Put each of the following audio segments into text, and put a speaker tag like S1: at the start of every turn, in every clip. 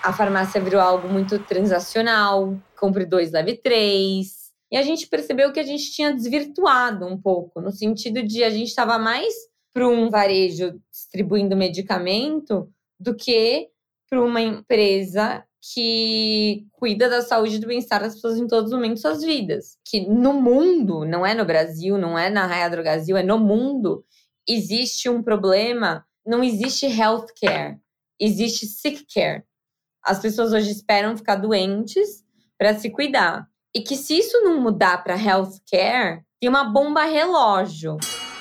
S1: A farmácia virou algo muito transacional, compre 2, leve 3. E a gente percebeu que a gente tinha desvirtuado um pouco, no sentido de a gente estava mais para um varejo distribuindo medicamento do que para uma empresa que cuida da saúde e do bem-estar das pessoas em todos os momentos de suas vidas. Que no mundo, não é no Brasil, não é na Raia Drogasil, é no mundo, existe um problema, não existe healthcare, existe sick care. As pessoas hoje esperam ficar doentes para se cuidar. E que se isso não mudar para healthcare, tem uma bomba relógio.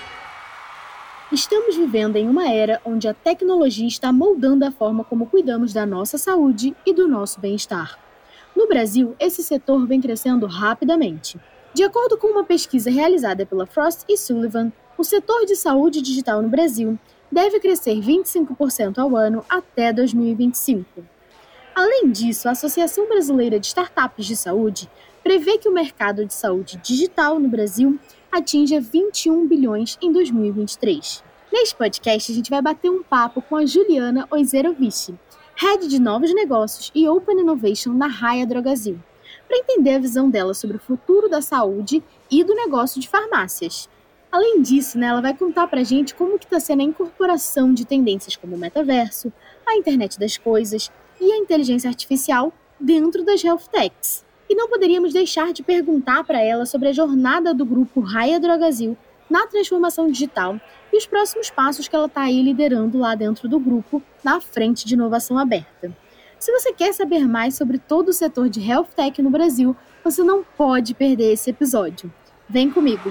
S2: Estamos vivendo em uma era onde a tecnologia está moldando a forma como cuidamos da nossa saúde e do nosso bem-estar. No Brasil, esse setor vem crescendo rapidamente. De acordo com uma pesquisa realizada pela Frost & Sullivan, o setor de saúde digital no Brasil deve crescer 25% ao ano até 2025. Além disso, a Associação Brasileira de Startups de Saúde prevê que o mercado de saúde digital no Brasil atinja 21 bilhões em 2023. Neste podcast, a gente vai bater um papo com a Juliana Oizerovici, Head de Novos Negócios e Open Innovation na Raia Drogasil, para entender a visão dela sobre o futuro da saúde e do negócio de farmácias. Além disso, ela vai contar para a gente como que está sendo a incorporação de tendências como o metaverso, a internet das coisas e a inteligência artificial dentro das health techs. E não poderíamos deixar de perguntar para ela sobre a jornada do grupo Raia Drogasil na transformação digital e os próximos passos que ela está aí liderando lá dentro do grupo, na frente de inovação aberta. Se você quer saber mais sobre todo o setor de health tech no Brasil, você não pode perder esse episódio. Vem comigo!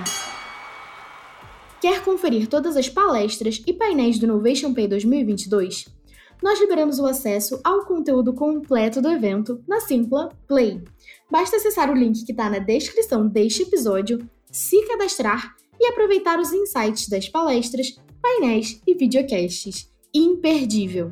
S2: Quer conferir todas as palestras e painéis do Innovation Pay 2022? Nós liberamos o acesso ao conteúdo completo do evento na Simpla Play. Basta acessar o link que está na descrição deste episódio, se cadastrar e aproveitar os insights das palestras, painéis e videocasts. Imperdível!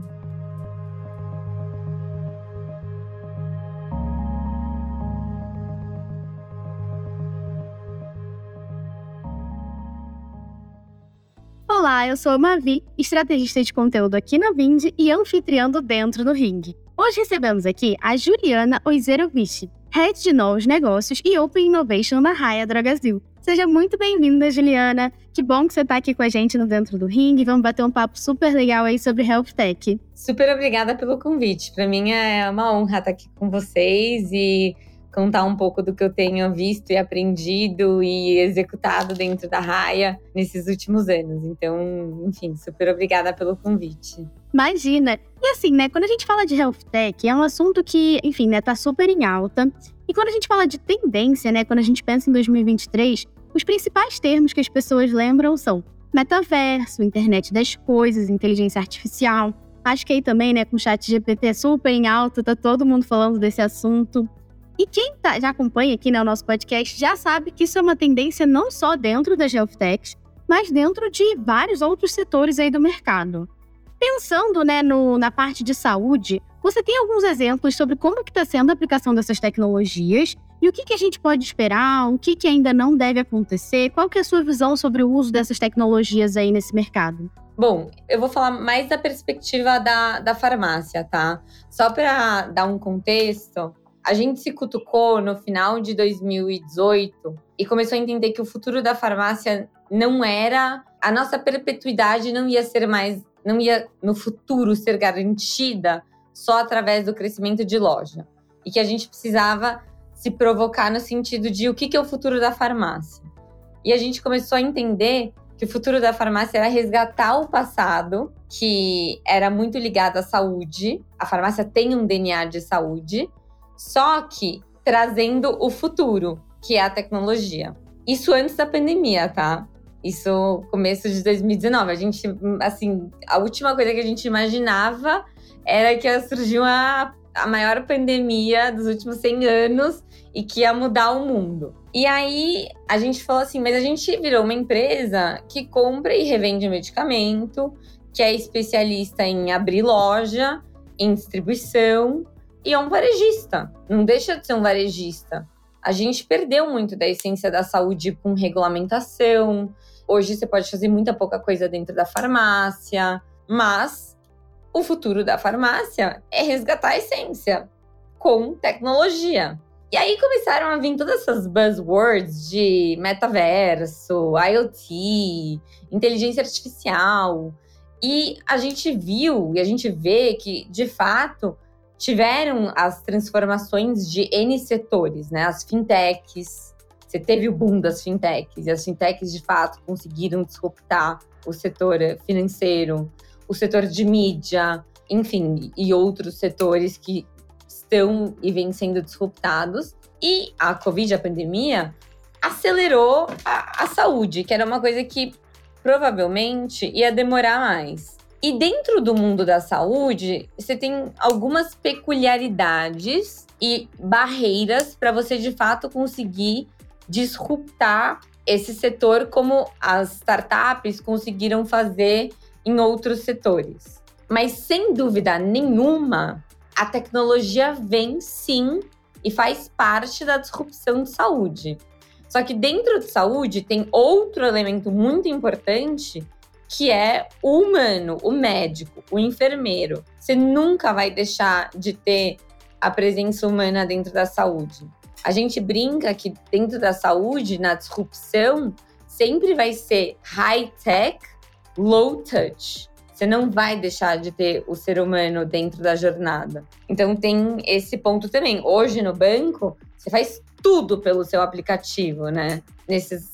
S2: Olá, eu sou a Mavi, estrategista de conteúdo aqui na Vindi e anfitriã do Dentro do Ring. Hoje recebemos aqui a Juliana Oizerovici, Head de Novos Negócios e Open Innovation na Raia Drogasil. Seja muito bem-vinda, Juliana. Que bom que você está aqui com a gente no Dentro do Ring. Vamos bater um papo super legal aí sobre Health Tech.
S1: Super obrigada pelo convite. Para mim é uma honra estar aqui com vocês e contar um pouco do que eu tenho visto e aprendido e executado dentro da Raia nesses últimos anos. Então, enfim, super obrigada pelo convite.
S2: Imagina! E assim, quando a gente fala de Health Tech, é um assunto que, enfim, tá super em alta. E quando a gente fala de tendência, quando a gente pensa em 2023, os principais termos que as pessoas lembram são metaverso, internet das coisas, inteligência artificial. Acho que aí também, com o ChatGPT super em alta, tá todo mundo falando desse assunto. E quem já acompanha aqui o nosso podcast já sabe que isso é uma tendência não só dentro das health techs, mas dentro de vários outros setores aí do mercado. Pensando na parte de saúde, você tem alguns exemplos sobre como que está sendo a aplicação dessas tecnologias e o que a gente pode esperar, o que ainda não deve acontecer, qual que é a sua visão sobre o uso dessas tecnologias aí nesse mercado?
S1: Bom, eu vou falar mais da perspectiva da farmácia, tá? Só para dar um contexto, a gente se cutucou no final de 2018 e começou a entender que o futuro da farmácia não era... A nossa perpetuidade não ia no futuro ser garantida só através do crescimento de loja. E que a gente precisava se provocar no sentido de o que é o futuro da farmácia. E a gente começou a entender que o futuro da farmácia era resgatar o passado, que era muito ligado à saúde. A farmácia tem um DNA de saúde, só que trazendo o futuro, que é a tecnologia. Isso antes da pandemia, tá? Isso começo de 2019. A gente, a última coisa que a gente imaginava era que ia surgir a maior pandemia dos últimos 100 anos e que ia mudar o mundo. E aí, a gente falou assim, mas a gente virou uma empresa que compra e revende medicamento, que é especialista em abrir loja, em distribuição, e é um varejista, não deixa de ser um varejista. A gente perdeu muito da essência da saúde com regulamentação. Hoje você pode fazer muita pouca coisa dentro da farmácia, mas o futuro da farmácia é resgatar a essência com tecnologia. E aí começaram a vir todas essas buzzwords de metaverso, IoT, inteligência artificial. E a gente viu e a gente vê que, de fato, tiveram as transformações de N setores, né? As fintechs, você teve o boom das fintechs, e as fintechs, de fato, conseguiram disruptar o setor financeiro, o setor de mídia, enfim, e outros setores que estão e vêm sendo disruptados. E a Covid, a pandemia, acelerou a saúde, que era uma coisa que provavelmente ia demorar mais. E dentro do mundo da saúde, você tem algumas peculiaridades e barreiras para você, de fato, conseguir disruptar esse setor como as startups conseguiram fazer em outros setores. Mas, sem dúvida nenhuma, a tecnologia vem sim e faz parte da disrupção de saúde. Só que dentro de saúde tem outro elemento muito importante, que é o humano, o médico, o enfermeiro. Você nunca vai deixar de ter a presença humana dentro da saúde. A gente brinca que dentro da saúde, na disrupção, sempre vai ser high-tech, low-touch. Você não vai deixar de ter o ser humano dentro da jornada. Então tem esse ponto também. Hoje no banco, você faz tudo pelo seu aplicativo, né? Nesses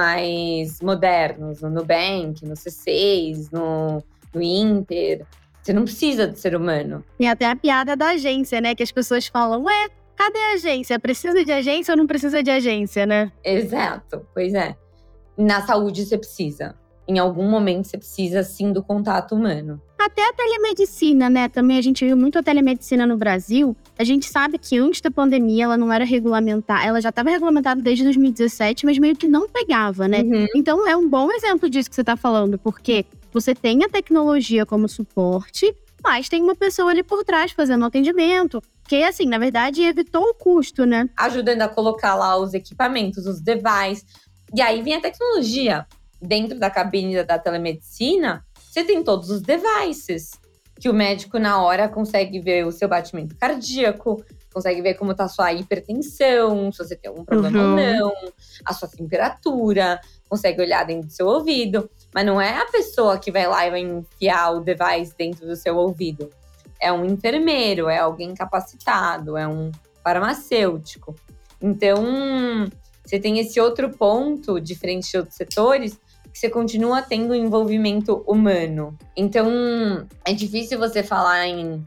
S1: mais modernos, no Nubank, no C6, no Inter. Você não precisa do ser humano.
S2: Tem até a piada da agência, né? Que as pessoas falam, cadê a agência? Precisa de agência ou não precisa de agência, né?
S1: Exato, pois é. Na saúde você precisa. Em algum momento você precisa, sim, do contato humano.
S2: Até a telemedicina, né? Também a gente viu muito a telemedicina no Brasil. A gente sabe que antes da pandemia ela não era regulamentada. Ela já estava regulamentada desde 2017, mas meio que não pegava, né?
S1: Uhum.
S2: Então é um bom exemplo disso que você está falando, porque você tem a tecnologia como suporte, mas tem uma pessoa ali por trás fazendo o atendimento. Que, assim, na verdade, evitou o custo, né?
S1: Ajudando a colocar lá os equipamentos, os devices. E aí vem a tecnologia. Dentro da cabine da telemedicina, você tem todos os devices. Que o médico, na hora, consegue ver o seu batimento cardíaco, consegue ver como está a sua hipertensão, se você tem algum problema ou não, a sua temperatura, consegue olhar dentro do seu ouvido. Mas não é a pessoa que vai lá e vai enfiar o device dentro do seu ouvido. É um enfermeiro, é alguém capacitado, é um farmacêutico. Então, você tem esse outro ponto, diferente de outros setores, que você continua tendo envolvimento humano. Então, é difícil você falar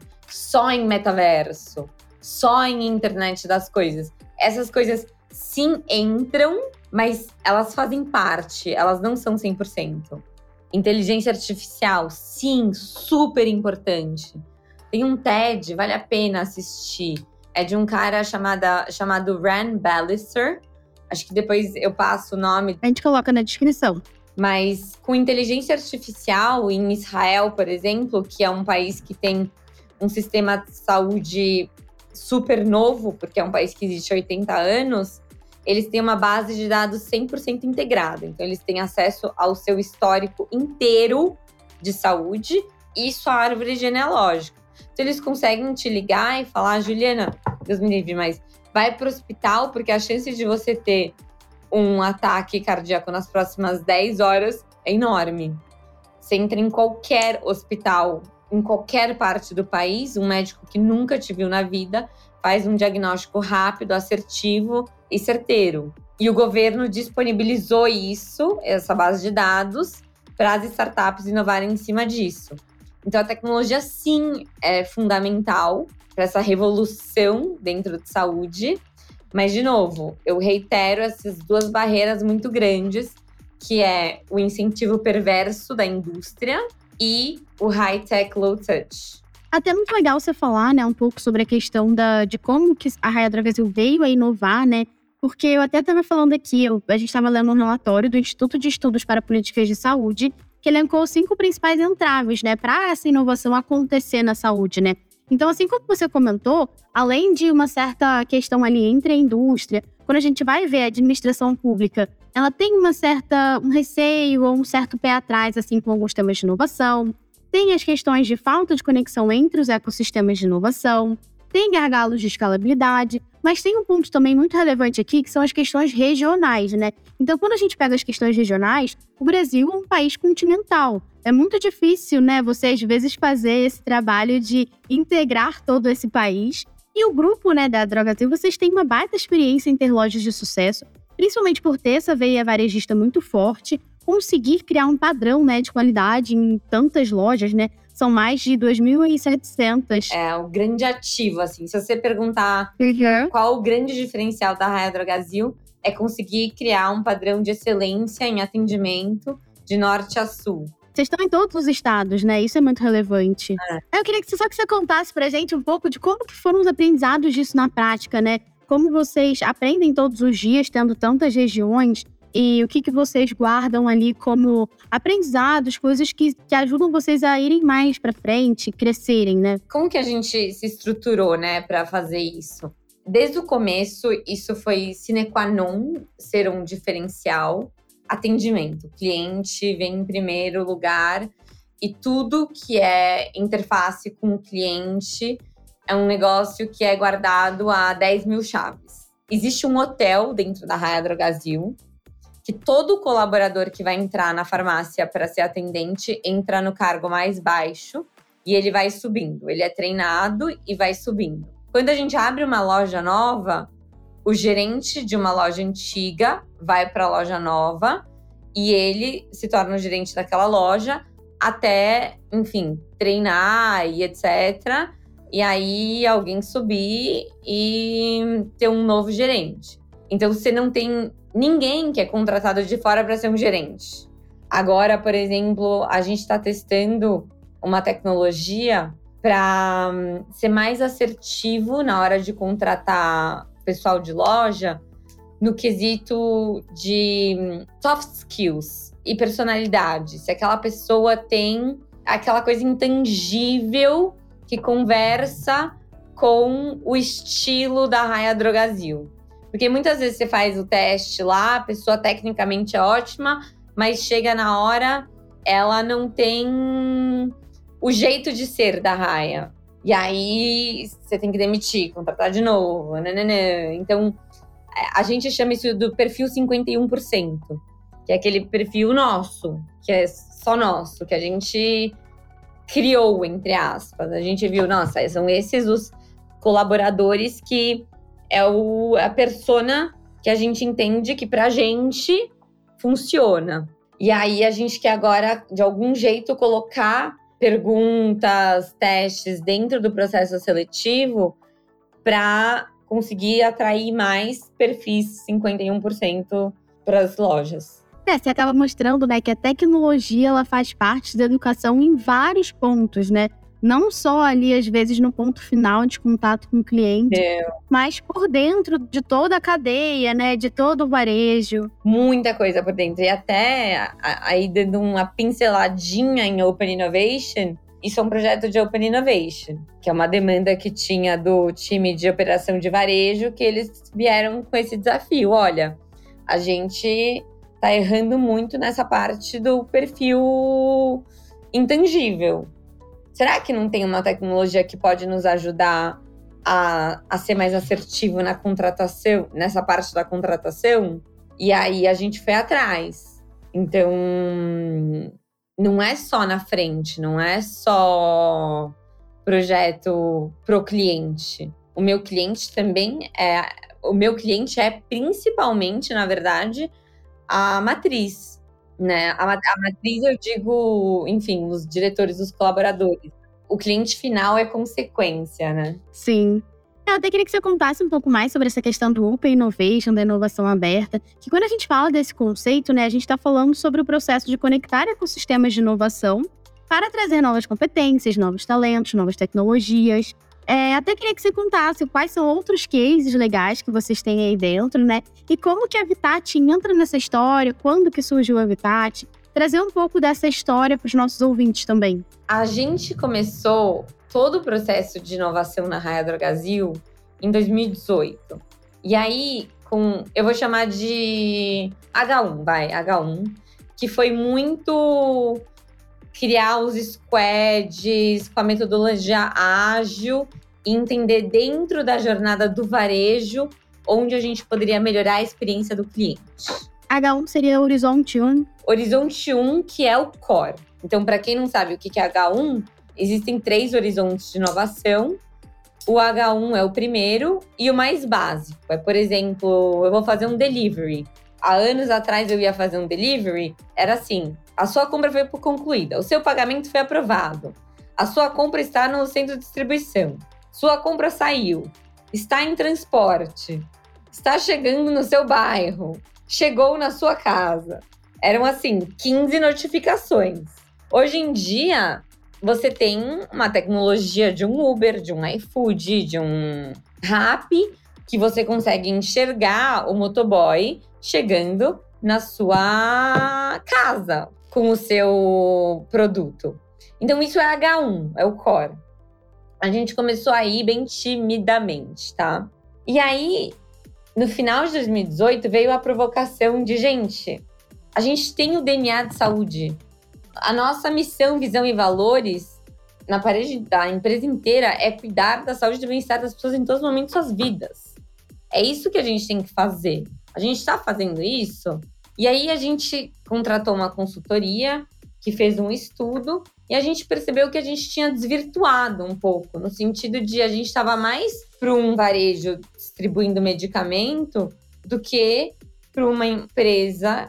S1: só em metaverso, só em internet das coisas. Essas coisas, sim, entram, mas elas fazem parte, elas não são 100%. Inteligência artificial, sim, super importante. Tem um TED, vale a pena assistir. É de um cara chamado Rand Ballister. Acho que depois eu passo o nome.
S2: A gente coloca na descrição.
S1: Mas com inteligência artificial, em Israel, por exemplo, que é um país que tem um sistema de saúde super novo, porque é um país que existe há 80 anos, eles têm uma base de dados 100% integrada. Então, eles têm acesso ao seu histórico inteiro de saúde e sua árvore genealógica. Então, eles conseguem te ligar e falar, Juliana, Deus me livre, mas vai para o hospital, porque a chance de você ter um ataque cardíaco nas próximas 10 horas é enorme. Você entra em qualquer hospital, em qualquer parte do país, um médico que nunca te viu na vida faz um diagnóstico rápido, assertivo e certeiro. E o governo disponibilizou isso, essa base de dados, para as startups inovarem em cima disso. Então, a tecnologia, sim, é fundamental para essa revolução dentro de saúde. Mas, de novo, eu reitero essas duas barreiras muito grandes, que é o incentivo perverso da indústria e o high-tech, low-touch.
S2: Até muito legal você falar, né, um pouco sobre a questão de como que a Raia Drogasil veio a inovar, né? Porque eu até estava falando aqui, a gente estava lendo um relatório do Instituto de Estudos para Políticas de Saúde, que elencou 5 principais entraves, né, para essa inovação acontecer na saúde, né? Então, assim como você comentou, além de uma certa questão ali entre a indústria, quando a gente vai ver a administração pública, ela tem um receio ou um certo pé atrás, assim, com alguns temas de inovação. Tem as questões de falta de conexão entre os ecossistemas de inovação, tem gargalos de escalabilidade, mas tem um ponto também muito relevante aqui, que são as questões regionais, né? Então, quando a gente pega as questões regionais, o Brasil é um país continental. É muito difícil, né, você às vezes fazer esse trabalho de integrar todo esse país. E o grupo, né, da Drogasil, vocês têm uma baita experiência em ter lojas de sucesso, principalmente por ter essa veia varejista muito forte, conseguir criar um padrão, né, de qualidade em tantas lojas, né? São mais de 2.700.
S1: É o grande ativo, assim. Se você perguntar qual o grande diferencial da Raia Drogasil, é conseguir criar um padrão de excelência em atendimento de norte a sul.
S2: Vocês estão em todos os estados, né? Isso é muito relevante. Eu queria que você contasse pra gente um pouco de como que foram os aprendizados disso na prática, né? Como vocês aprendem todos os dias, tendo tantas regiões, e o que vocês guardam ali como aprendizados, coisas que ajudam vocês a irem mais pra frente, crescerem, né?
S1: Como que a gente se estruturou, né, pra fazer isso? Desde o começo, isso foi sine qua non, ser um diferencial. Atendimento. O cliente vem em primeiro lugar e tudo que é interface com o cliente é um negócio que é guardado a 10 mil chaves. Existe um hotel dentro da Raia Drogasil que todo colaborador que vai entrar na farmácia para ser atendente entra no cargo mais baixo e ele vai subindo. Ele é treinado e vai subindo. Quando a gente abre uma loja nova, o gerente de uma loja antiga vai para a loja nova e ele se torna o gerente daquela loja até, enfim, treinar e etc. E aí alguém subir e ter um novo gerente. Então você não tem ninguém que é contratado de fora para ser um gerente. Agora, por exemplo, a gente está testando uma tecnologia para ser mais assertivo na hora de contratar pessoal de loja no quesito de soft skills e personalidade. Se aquela pessoa tem aquela coisa intangível que conversa com o estilo da Raia Drogasil. Porque muitas vezes você faz o teste lá, a pessoa tecnicamente é ótima, mas chega na hora, ela não tem o jeito de ser da Raia. E aí você tem que demitir, contratar de novo. Nananã. Então, a gente chama isso do perfil 51%, que é aquele perfil nosso, que é só nosso, que a gente criou, entre aspas. A gente viu, nossa, são esses os colaboradores que é a persona que a gente entende que pra gente funciona. E aí a gente quer agora, de algum jeito, colocar perguntas, testes dentro do processo seletivo para conseguir atrair mais perfis 51% para as lojas.
S2: Você acaba mostrando, né, que a tecnologia ela faz parte da educação em vários pontos, né? Não só ali, às vezes, no ponto final de contato com o cliente, mas por dentro de toda a cadeia, né? De todo o varejo.
S1: Muita coisa por dentro. E até aí, dando uma pinceladinha em Open Innovation, isso é um projeto de Open Innovation, que é uma demanda que tinha do time de operação de varejo, que eles vieram com esse desafio. Olha, a gente tá errando muito nessa parte do perfil intangível. Será que não tem uma tecnologia que pode nos ajudar a ser mais assertivo na contratação, nessa parte da contratação? E aí a gente foi atrás. Então, não é só na frente, não é só projeto pro cliente. O meu cliente é principalmente, na verdade, a matriz. Né? A matriz, eu digo, enfim, os diretores, os colaboradores. O cliente final é consequência, né?
S2: Sim. Eu até queria que você contasse um pouco mais sobre essa questão do Open Innovation, da inovação aberta, que quando a gente fala desse conceito, né, a gente está falando sobre o processo de conectar ecossistemas de inovação para trazer novas competências, novos talentos, novas tecnologias. Até queria que você contasse quais são outros cases legais que vocês têm aí dentro, né? E como que a Habitat entra nessa história, quando que surgiu a Habitat. Trazer um pouco dessa história para os nossos ouvintes também.
S1: A gente começou todo o processo de inovação na Raia Drogasil em 2018. E aí, eu vou chamar de H1, que foi muito criar os squads com a metodologia ágil e entender dentro da jornada do varejo onde a gente poderia melhorar a experiência do cliente.
S2: H1 seria Horizonte 1?
S1: Horizonte 1, que é o core. Então, para quem não sabe o que é H1, existem 3 horizontes de inovação. O H1 é o primeiro e o mais básico. É, por exemplo, eu vou fazer um delivery. Há anos atrás eu ia fazer um delivery, era assim, a sua compra foi concluída, o seu pagamento foi aprovado, a sua compra está no centro de distribuição, sua compra saiu, está em transporte, está chegando no seu bairro, chegou na sua casa. Eram assim, 15 notificações. Hoje em dia, você tem uma tecnologia de um Uber, de um iFood, de um Rappi, que você consegue enxergar o motoboy chegando na sua casa com o seu produto. Então, isso é H1, é o core. A gente começou aí bem timidamente, tá? E aí, no final de 2018, veio a provocação de, gente, a gente tem o DNA de saúde. A nossa missão, visão e valores na parede da empresa inteira é cuidar da saúde e do bem-estar das pessoas em todos os momentos das suas vidas. É isso que a gente tem que fazer. A gente está fazendo isso. E aí a gente contratou uma consultoria que fez um estudo e a gente percebeu que a gente tinha desvirtuado um pouco, no sentido de a gente estava mais para um varejo distribuindo medicamento do que para uma empresa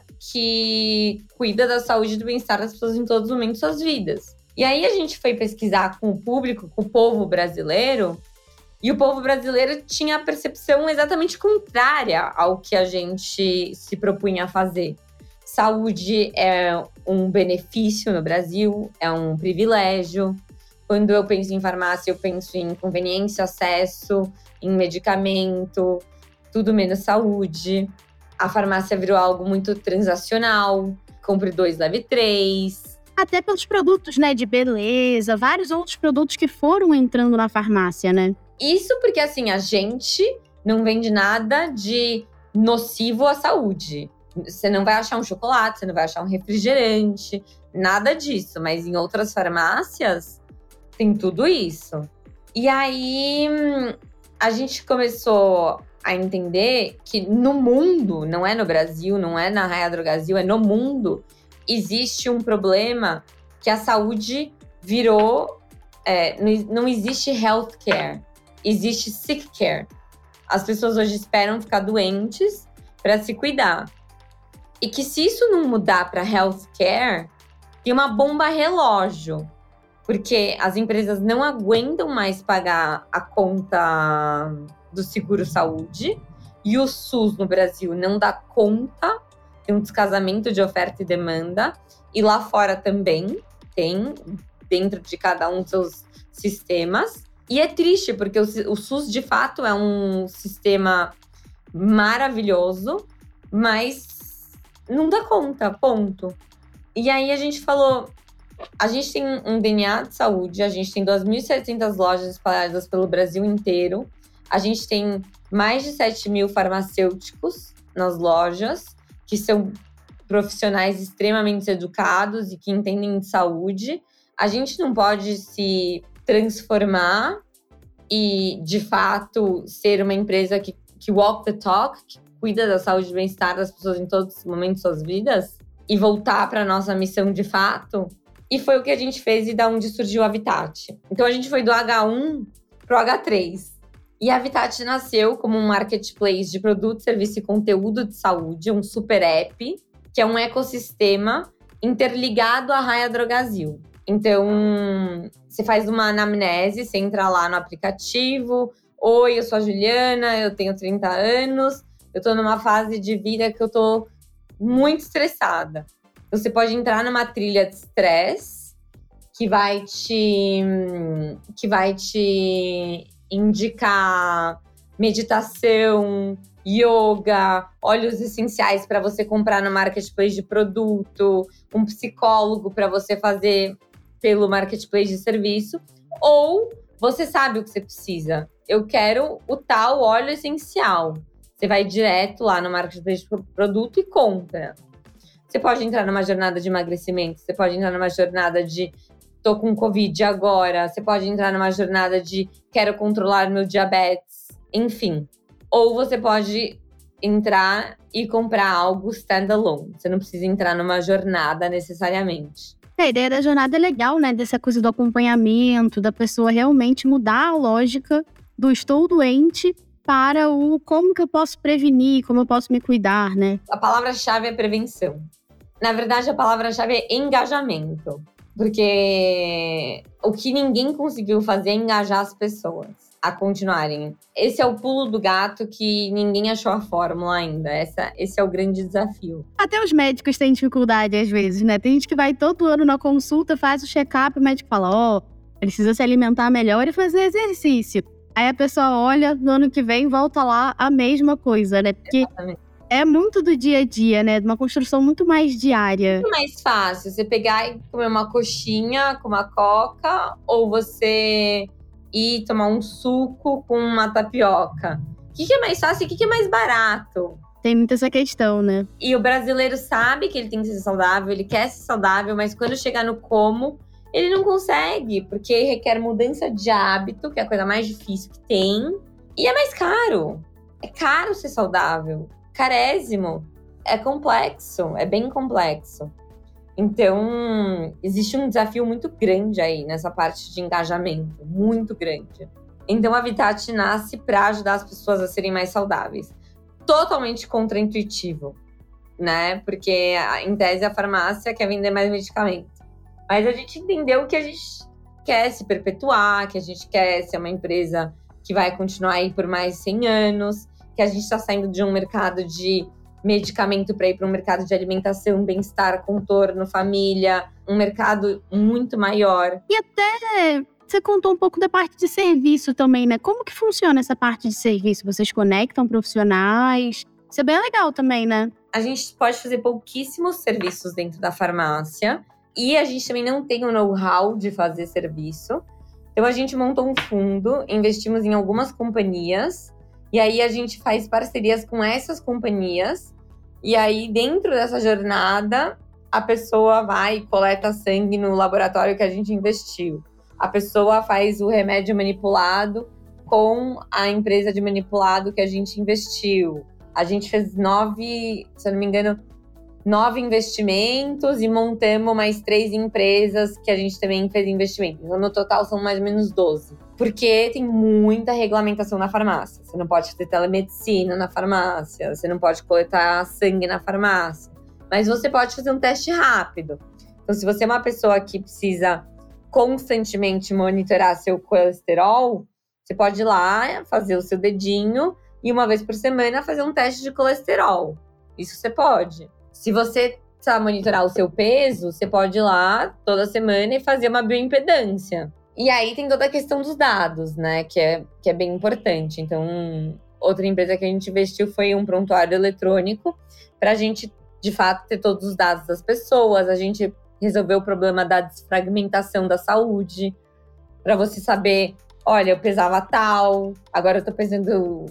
S1: que cuida da saúde e do bem-estar das pessoas em todos os momentos das suas vidas. E aí a gente foi pesquisar com o público, com o povo brasileiro, e o povo brasileiro tinha a percepção exatamente contrária ao que a gente se propunha a fazer. Saúde é um benefício no Brasil, é um privilégio. Quando eu penso em farmácia, eu penso em conveniência, acesso, em medicamento, tudo menos saúde. A farmácia virou algo muito transacional, compre 2, leve 3.
S2: Até pelos produtos, né, de beleza, vários outros produtos que foram entrando na farmácia, né?
S1: Isso porque, assim, a gente não vende nada de nocivo à saúde. Você não vai achar um chocolate, você não vai achar um refrigerante, nada disso. Mas em outras farmácias, tem tudo isso. E aí, a gente começou a entender que no mundo, não é no Brasil, não é na Raia Drogasil, é no mundo, existe um problema que a saúde virou... não existe healthcare. Existe sick care. As pessoas hoje esperam ficar doentes para se cuidar. E que se isso não mudar para healthcare, tem uma bomba relógio. Porque as empresas não aguentam mais pagar a conta do seguro-saúde. E o SUS no Brasil não dá conta. Tem um descasamento de oferta e demanda. E lá fora também tem, dentro de cada um dos seus sistemas. E é triste, porque o SUS, de fato, é um sistema maravilhoso, mas não dá conta, ponto. E aí a gente falou, a gente tem um DNA de saúde, a gente tem 2.700 lojas espalhadas pelo Brasil inteiro, a gente tem mais de 7.000 farmacêuticos nas lojas, que são profissionais extremamente educados e que entendem de saúde. A gente não pode se transformar e, de fato, ser uma empresa que walk the talk, que cuida da saúde e bem-estar das pessoas em todos os momentos de suas vidas e voltar para a nossa missão de fato. E foi o que a gente fez e da onde surgiu a Habitat. Então, a gente foi do H1 para o H3. E a Habitat nasceu como um marketplace de produto, serviço e conteúdo de saúde, um super app, que é um ecossistema interligado à Raia Drogasil. Então, você faz uma anamnese, você entra lá no aplicativo. Oi, eu sou a Juliana, eu tenho 30 anos, eu tô numa fase de vida que eu tô muito estressada. Você pode entrar numa trilha de estresse que vai te indicar meditação, yoga, óleos essenciais para você comprar no marketplace de produto, um psicólogo para você fazer pelo marketplace de serviço, ou você sabe o que você precisa. Eu quero o tal óleo essencial. Você vai direto lá no marketplace de produto e compra. Você pode entrar numa jornada de emagrecimento, você pode entrar numa jornada de tô com Covid agora, você pode entrar numa jornada de quero controlar meu diabetes, enfim. Ou você pode entrar e comprar algo standalone. Você não precisa entrar numa jornada necessariamente.
S2: A ideia da jornada é legal, né? Dessa coisa do acompanhamento, da pessoa realmente mudar a lógica do estou doente para o como que eu posso prevenir, como eu posso me cuidar, né?
S1: A palavra-chave é prevenção. Na verdade, a palavra-chave é engajamento. Porque o que ninguém conseguiu fazer é engajar as pessoas a continuarem. Esse é o pulo do gato que ninguém achou a fórmula ainda. Esse é o grande desafio.
S2: Até os médicos têm dificuldade às vezes, né? Tem gente que vai todo ano na consulta, faz o check-up, o médico fala, precisa se alimentar melhor e fazer exercício. Aí a pessoa olha, no ano que vem, volta lá a mesma coisa, né? Porque
S1: exatamente.
S2: É muito do dia a dia, né? Uma construção muito mais diária.
S1: Muito mais fácil você pegar e comer uma coxinha com uma coca ou você ir tomar um suco com uma tapioca. O que é mais fácil e o que é mais barato?
S2: Tem muita essa questão, né?
S1: E o brasileiro sabe que ele tem que ser saudável, ele quer ser saudável, mas quando chegar no como, ele não consegue, porque requer mudança de hábito, que é a coisa mais difícil que tem, e é mais caro. É caro ser saudável. Carésimo, é complexo, é bem complexo. Então, existe um desafio muito grande aí nessa parte de engajamento, muito grande. Então, a Habitat nasce para ajudar as pessoas a serem mais saudáveis. Totalmente contraintuitivo, né? Porque, em tese, a farmácia quer vender mais medicamento. Mas a gente entendeu que a gente quer se perpetuar, que a gente quer ser uma empresa que vai continuar aí por mais 100 anos, que a gente está saindo de um mercado de medicamento para ir para um mercado de alimentação, bem-estar, contorno, família, um mercado muito maior.
S2: E até você contou um pouco da parte de serviço também, né? Como que funciona essa parte de serviço? Vocês conectam profissionais? Isso é bem legal também, né?
S1: A gente pode fazer pouquíssimos serviços dentro da farmácia e a gente também não tem o know-how de fazer serviço. Então a gente montou um fundo, investimos em algumas companhias. E aí a gente faz parcerias com essas companhias. E aí, dentro dessa jornada, a pessoa vai e coleta sangue no laboratório que a gente investiu. A pessoa faz o remédio manipulado com a empresa de manipulado que a gente investiu. A gente fez 9, se eu não me engano, 9 investimentos e montamos mais 3 empresas que a gente também fez investimento. Então, no total, são mais ou menos 12. Porque tem muita regulamentação na farmácia. Você não pode ter telemedicina na farmácia, você não pode coletar sangue na farmácia. Mas você pode fazer um teste rápido. Então, se você é uma pessoa que precisa constantemente monitorar seu colesterol, você pode ir lá, fazer o seu dedinho e uma vez por semana fazer um teste de colesterol. Isso você pode. Se você precisa monitorar o seu peso, você pode ir lá toda semana e fazer uma bioimpedância. E aí tem toda a questão dos dados, né? Que é bem importante. Então, outra empresa que a gente investiu foi um prontuário eletrônico para a gente, de fato, ter todos os dados das pessoas. A gente resolveu o problema da desfragmentação da saúde, para você saber, olha, eu pesava tal, agora eu tô pesando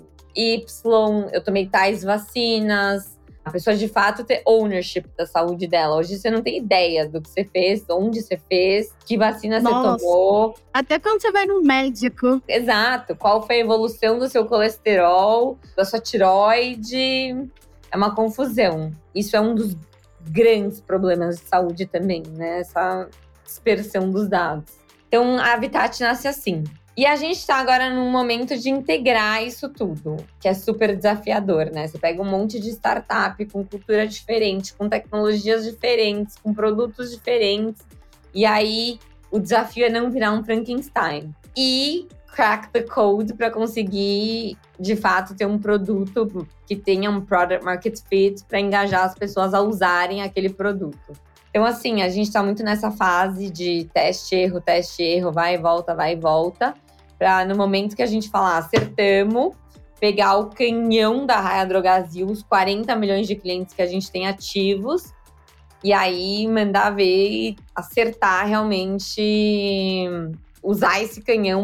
S1: Y, eu tomei tais vacinas. A pessoa, de fato, ter ownership da saúde dela. Hoje você não tem ideia do que você fez, onde você fez, que vacina você tomou.
S2: Até quando você vai no médico.
S1: Exato. Qual foi a evolução do seu colesterol, da sua tireoide. É uma confusão. Isso é um dos grandes problemas de saúde também, né? Essa dispersão dos dados. Então, a Habitat nasce assim. E a gente está agora num momento de integrar isso tudo, que é super desafiador, né? Você pega um monte de startup com cultura diferente, com tecnologias diferentes, com produtos diferentes. E aí, o desafio é não virar um Frankenstein. E crack the code para conseguir, de fato, ter um produto que tenha um product market fit para engajar as pessoas a usarem aquele produto. Então, assim, a gente está muito nessa fase de teste, erro, vai e volta, para no momento que a gente falar acertamos, pegar o canhão da Raia Drogasil, os 40 milhões de clientes que a gente tem ativos, e aí mandar ver e acertar realmente, usar esse canhão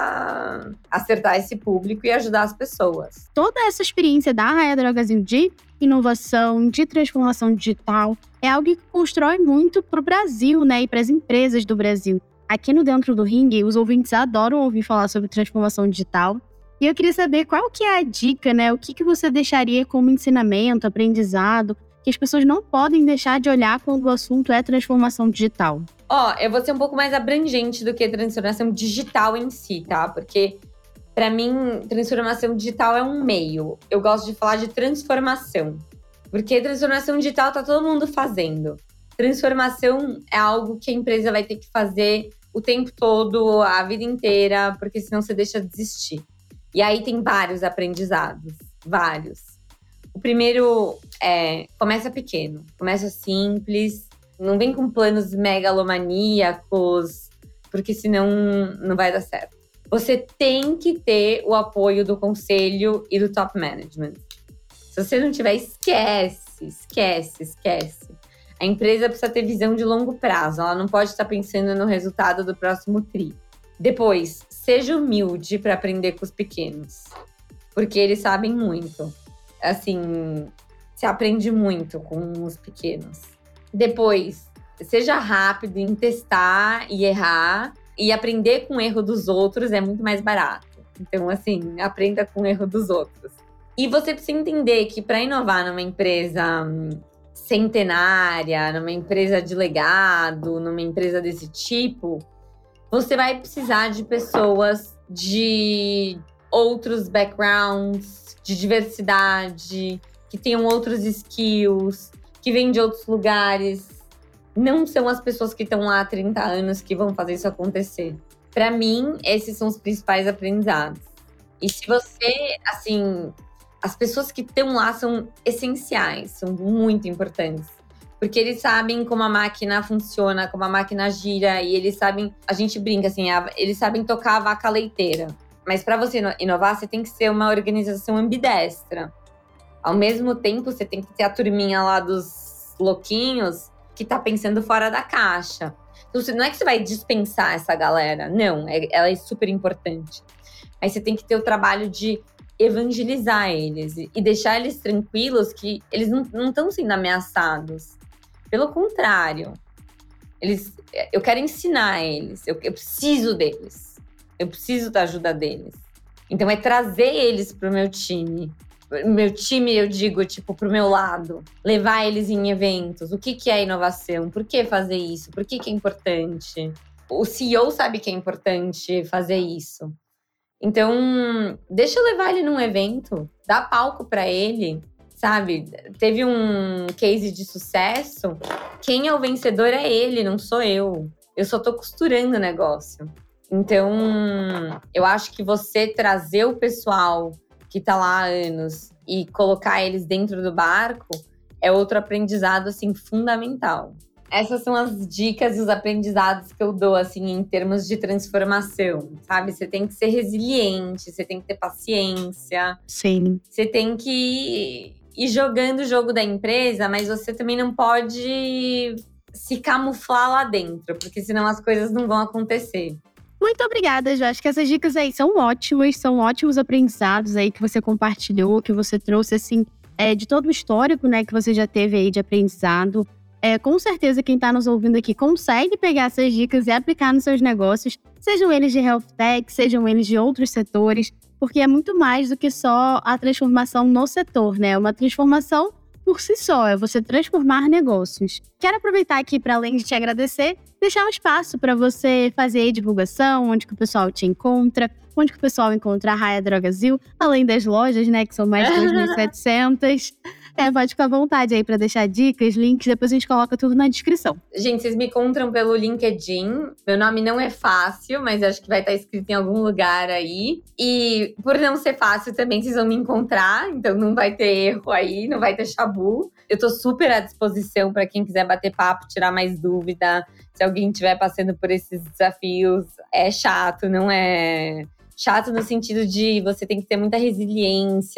S1: para acertar esse público e ajudar as pessoas.
S2: Toda essa experiência da Raia Drogasil de inovação, de transformação digital, é algo que constrói muito para o Brasil, né, e para as empresas do Brasil. Aqui no Dentro do Ringue, os ouvintes adoram ouvir falar sobre transformação digital. E eu queria saber qual que é a dica, né? O que você deixaria como ensinamento, aprendizado, que as pessoas não podem deixar de olhar quando o assunto é transformação digital?
S1: Eu vou ser um pouco mais abrangente do que transformação digital em si, tá? Porque, para mim, transformação digital é um meio. Eu gosto de falar de transformação. Porque transformação digital tá todo mundo fazendo. Transformação é algo que a empresa vai ter que fazer o tempo todo, a vida inteira, porque senão você deixa de desistir. E aí tem vários aprendizados, vários. O primeiro começa pequeno, começa simples, não vem com planos megalomaníacos, porque senão não vai dar certo. Você tem que ter o apoio do conselho e do top management. Se você não tiver, esquece. A empresa precisa ter visão de longo prazo, ela não pode estar pensando no resultado do próximo tri. Depois, seja humilde para aprender com os pequenos, porque eles sabem muito. Assim, se aprende muito com os pequenos. Depois, seja rápido em testar e errar, e aprender com o erro dos outros é muito mais barato. Então, assim, aprenda com o erro dos outros. E você precisa entender que para inovar numa empresa centenária, numa empresa de legado, numa empresa desse tipo, você vai precisar de pessoas de outros backgrounds, de diversidade, que tenham outros skills, que vêm de outros lugares. Não são as pessoas que estão lá há 30 anos que vão fazer isso acontecer. Para mim, esses são os principais aprendizados. E se você, assim, as pessoas que estão lá são essenciais, são muito importantes. Porque eles sabem como a máquina funciona, como a máquina gira, e eles sabem, a gente brinca assim, eles sabem tocar a vaca leiteira. Mas para você inovar, você tem que ser uma organização ambidestra. Ao mesmo tempo, você tem que ter a turminha lá dos louquinhos que tá pensando fora da caixa. Então, não é que você vai dispensar essa galera, não, ela é super importante. Mas você tem que ter o trabalho de evangelizar eles e deixar eles tranquilos que eles não estão sendo ameaçados. Pelo contrário, eu quero ensinar eles, eu preciso deles, eu preciso da ajuda deles. Então é trazer eles pro meu time. Meu time, eu digo, tipo, pro meu lado. Levar eles em eventos. O que é inovação? Por que fazer isso? Por que é importante? O CEO sabe que é importante fazer isso. Então, deixa eu levar ele num evento. Dá palco para ele, sabe? Teve um case de sucesso. Quem é o vencedor é ele, não sou eu. Eu só tô costurando o negócio. Então, eu acho que você trazer o pessoal que tá lá há anos e colocar eles dentro do barco é outro aprendizado, assim, fundamental. Essas são as dicas e os aprendizados que eu dou, assim, em termos de transformação, sabe? Você tem que ser resiliente, você tem que ter paciência.
S2: Sim.
S1: Você tem que ir jogando o jogo da empresa, mas você também não pode se camuflar lá dentro, porque senão as coisas não vão acontecer.
S2: Muito obrigada, Jo. Acho que essas dicas aí são ótimas, são ótimos aprendizados aí que você compartilhou, que você trouxe, assim, de todo o histórico, né, que você já teve aí de aprendizado. Com certeza quem está nos ouvindo aqui consegue pegar essas dicas e aplicar nos seus negócios, sejam eles de health tech, sejam eles de outros setores, porque é muito mais do que só a transformação no setor, né? É uma transformação por si só, é você transformar negócios. Quero aproveitar aqui, para além de te agradecer, deixar um espaço para você fazer aí divulgação, onde que o pessoal te encontra, onde que o pessoal encontra a Raia Drogazil, além das lojas, né, que são mais de 2.700. Pode ficar à vontade aí para deixar dicas, links, depois a gente coloca tudo na descrição.
S1: Gente, vocês me encontram pelo LinkedIn. Meu nome não é fácil, mas acho que vai estar escrito em algum lugar aí. E por não ser fácil também, vocês vão me encontrar. Então não vai ter erro aí, não vai ter chabu. Eu tô super à disposição para quem quiser bater papo, tirar mais dúvida. Se alguém estiver passando por esses desafios, é chato, não é... Chato no sentido de você tem que ter muita resiliência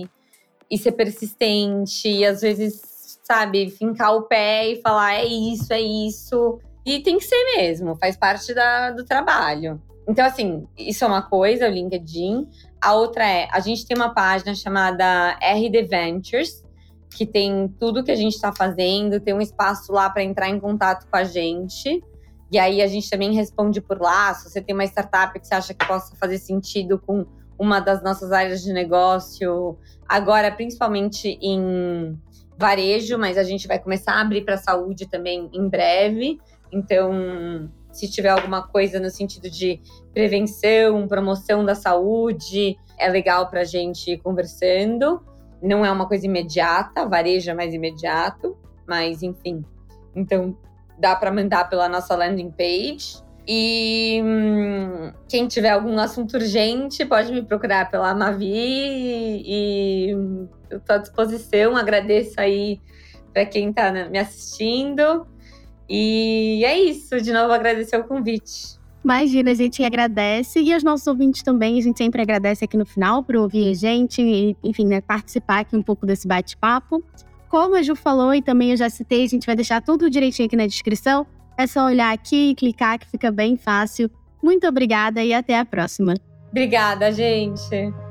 S1: e ser persistente, e às vezes, sabe, fincar o pé e falar é isso. E tem que ser mesmo, faz parte do trabalho. Então, assim, isso é uma coisa, o LinkedIn. A outra a gente tem uma página chamada RD Ventures, que tem tudo que a gente está fazendo, tem um espaço lá para entrar em contato com a gente. E aí a gente também responde por lá. Se você tem uma startup que você acha que possa fazer sentido com uma das nossas áreas de negócio, agora principalmente em varejo, mas a gente vai começar a abrir para a saúde também em breve. Então, se tiver alguma coisa no sentido de prevenção, promoção da saúde, é legal para a gente ir conversando. Não é uma coisa imediata, varejo é mais imediato, mas enfim. Então, dá para mandar pela nossa landing page. E quem tiver algum assunto urgente pode me procurar pela Mavi e eu estou à disposição. Agradeço aí para quem está me assistindo. E é isso, de novo agradecer o convite.
S2: Imagina, a gente agradece e aos nossos ouvintes também, a gente sempre agradece aqui no final por ouvir a gente e, enfim, né, participar aqui um pouco desse bate-papo. Como a Ju falou e também eu já citei, a gente vai deixar tudo direitinho aqui na descrição. É só olhar aqui e clicar que fica bem fácil. Muito obrigada e até a próxima.
S1: Obrigada, gente.